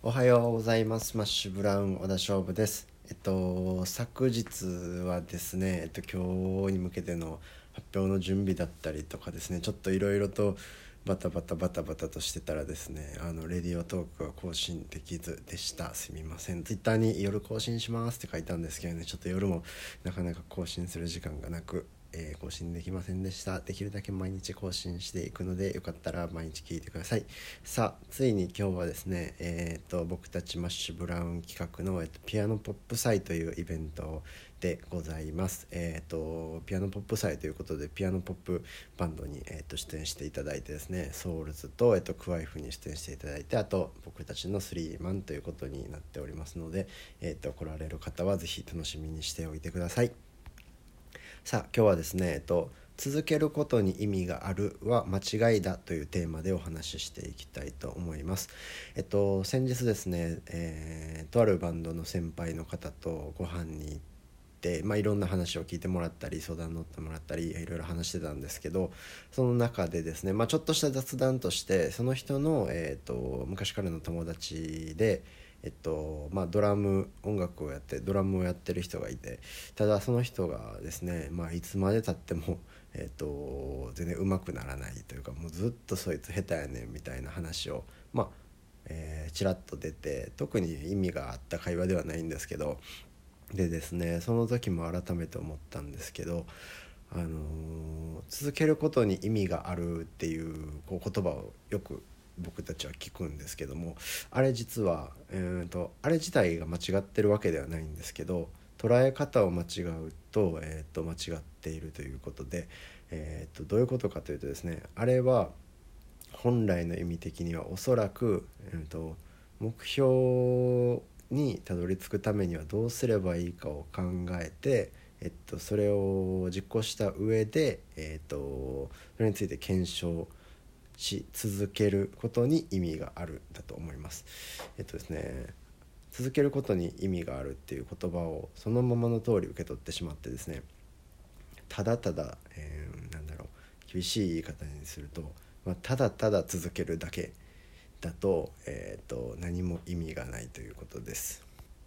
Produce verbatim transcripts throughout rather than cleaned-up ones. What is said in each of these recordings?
おはようございます。マッシュブラウン小田勝負です。えっと昨日はですね、えっと今日に向けての発表の準備だったりとかですね、ちょっといろいろとバタバタバタバタとしてたらですね、あのレディオトークが更新できずでした。すみません。ツイッターに夜更新しますって書いたんですけどね、ちょっと夜もなかなか更新する時間がなく、えー更新できませんでした。できるだけ毎日更新していくので、よかったら毎日聞いてください。さあ、ついに今日はですね、えー、と僕たちマッシュブラウン企画の、えー、とピアノポップ祭というイベントでございます。えー、とピアノポップ祭ということで、ピアノポップバンドに、えー、と出演していただいてですね、ソウルズと、えー、とクワイフに出演していただいて、あと僕たちのスリーマンということになっておりますので、えー、と来られる方はぜひ楽しみにしておいてください。さあ、今日はですね、えっと、続けることに意味があるは間違いだというテーマでお話ししていきたいと思います。えっと、先日ですね、えーとあるバンドの先輩の方とご飯に行って、まあ、いろんな話を聞いてもらったり相談に乗ってもらったりいろいろ話してたんですけど、その中でですね、まあ、ちょっとした雑談としてその人の、えーと昔からの友達で、えっとまあ、ドラム音楽をやってドラムをやってる人がいて、ただその人がですね、まあ、いつまでたっても、えっと全然上手くならないというか、もうずっとそいつ下手やねんみたいな話を、まあえー、ちらっと出て、特に意味があった会話ではないんですけど、でですね、その時も改めて思ったんですけど、あのー続けることに意味があるっていう、こう言葉をよく僕たちは聞くんですけども、あれ実は、えー、とあれ自体が間違ってるわけではないんですけど、捉え方を間違うと,、えー、と間違っているということで、えー、とどういうことかというとですね、あれは本来の意味的にはおそらく、えー、と目標にたどり着くためにはどうすればいいかを考えて、えっと、それを実行した上で、えっと、それについて検証し続けることに意味があるだと思います。えっとですね、続けることに意味があるっていう言葉をそのままの通り受け取ってしまってですね、ただただ、えー、なんだろう、厳しい言い方にすると、まあ、ただただ続けるだけだと、えーと、何も意味がないということです。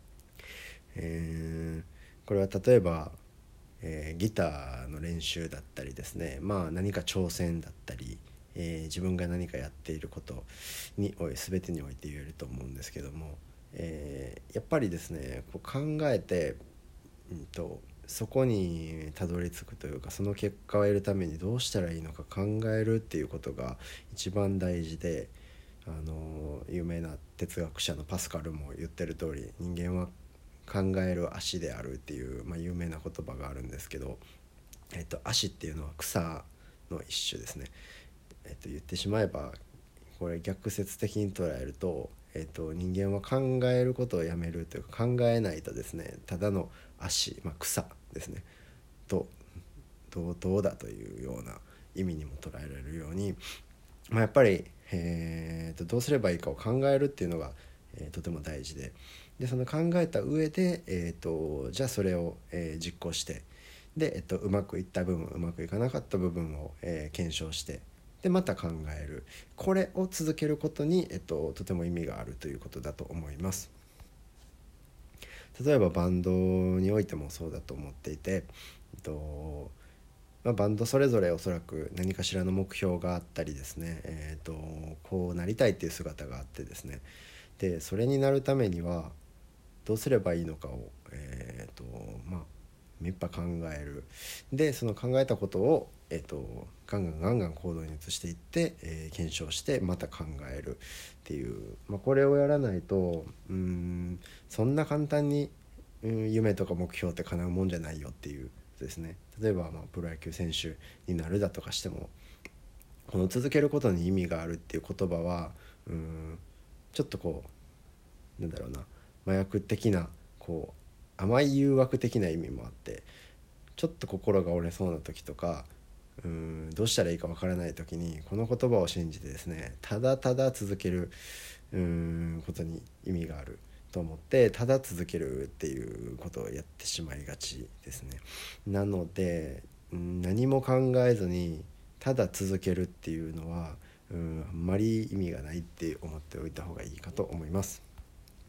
えー、これは例えば、えーギターの練習だったりですね、まあ何か挑戦だったり、えー自分が何かやっていることにおい全てにおいて言えると思うんですけども、えーやっぱりですね、こう考えて、うんとそこにたどり着くというか、その結果を得るためにどうしたらいいのか考えるっていうことが一番大事で、あの有名な哲学者のパスカルも言ってる通り、人間は考える足であるっていう、まあ、有名な言葉があるんですけど、えっと、足っていうのは草の一種ですね。えっと、言ってしまえばこれ逆説的に捉えると、えっと、人間は考えることをやめるというか、考えないとですね、ただの足、まあ、草ですねと同等だというような意味にも捉えられるように、まあ、やっぱり、えー、とどうすればいいかを考えるっていうのが、えー、とても大事で、でその考えた上で、えー、とじゃあそれを、えー実行して、で、えー、とうまくいった部分うまくいかなかった部分を、えー検証して、でまた考える、これを続けることに、えー、ととても意味があるということだと思います。例えばバンドにおいてもそうだと思っていて、えっとまあ、バンドそれぞれおそらく何かしらの目標があったりですね、えー、とこうなりたいっていう姿があってですね、でそれになるためにはどうすればいいのかを、えーとまあ、めっぱ考える。でその考えたことを、えー、とガンガンガンガン行動に移していって、えー検証してまた考えるっていう、まあ、これをやらないと、うーんそんな簡単に、うん、夢とか目標って叶うもんじゃないよっていうですね。例えば、まあ、プロ野球選手になるだとかしても、この続けることに意味があるっていう言葉は、うーんちょっとこうなんだろうな、麻薬的な、こう甘い誘惑的な意味もあって、ちょっと心が折れそうな時とか、うーんどうしたらいいかわからない時にこの言葉を信じてですね、ただただ続ける、うーんことに意味があると思って、ただ続けるっていうことをやってしまいがちですね。なので、うん、何も考えずにただ続けるっていうのは、うん、あんまり意味がないって思っておいた方がいいかと思います。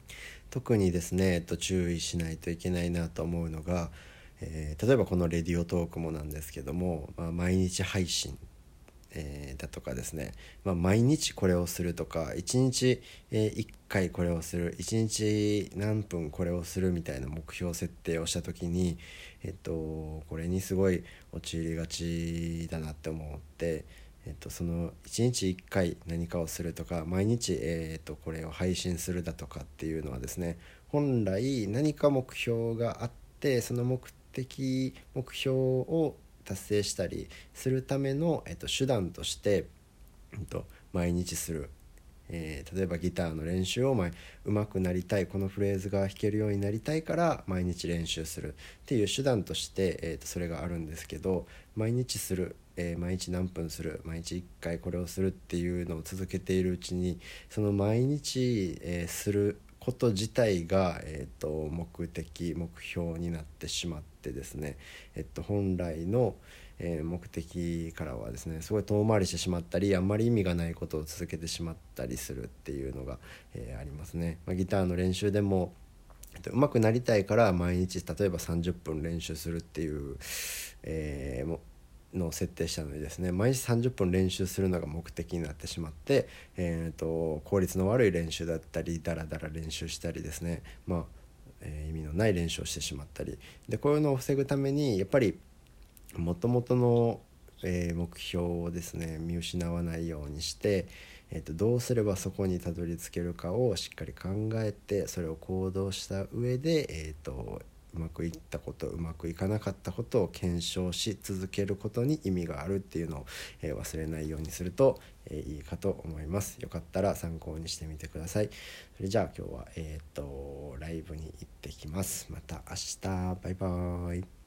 特にですね、えっと、注意しないといけないなと思うのが、えー例えばこのレディオトークもなんですけども、まあ、毎日配信、えーだとかですね、まあ、毎日これをするとかいちにち、えーいっかいこれをする、いちにち何分これをするみたいな目標設定をした時に、えっと、これにすごい陥りがちだなって思って、えっと、そのいちにちいっかい何かをするとか毎日、えー、とこれを配信するだとかっていうのはですね、本来何か目標があってその目的目標を達成したりするための、えっと、手段として、えっと、毎日する、えー例えばギターの練習を上手くなりたい、このフレーズが弾けるようになりたいから毎日練習するっていう手段として、えーとそれがあるんですけど、毎日する、えー毎日何分する、毎日いっかいこれをするっていうのを続けているうちに、その毎日、えーすること自体が、えーと目的目標になってしまってですね、えっと、本来のえー目的からはですねすごい遠回りしてしまったり、あんまり意味がないことを続けてしまったりするっていうのが、えーありますね。まあ、ギターの練習でも、えっと、上手くなりたいから毎日例えばさんじゅっぷん練習するっていう、えーものを設定したのにですね、毎日さんじゅっぷん練習するのが目的になってしまって、えー、と効率の悪い練習だったりダラダラ練習したりですね、まあえー意味のない練習をしてしまったりで、こういうのを防ぐためにやっぱりもともとの、えー目標をですね見失わないようにして、えーとどうすればそこにたどり着けるかをしっかり考えて、それを行動した上で、えーとうまくいったことうまくいかなかったことを検証し続けることに意味があるっていうのを、えー忘れないようにすると、えーいいかと思います。よかったら参考にしてみてください。それじゃあ今日は、えーとライブに行ってきます。また明日、バイバーイ。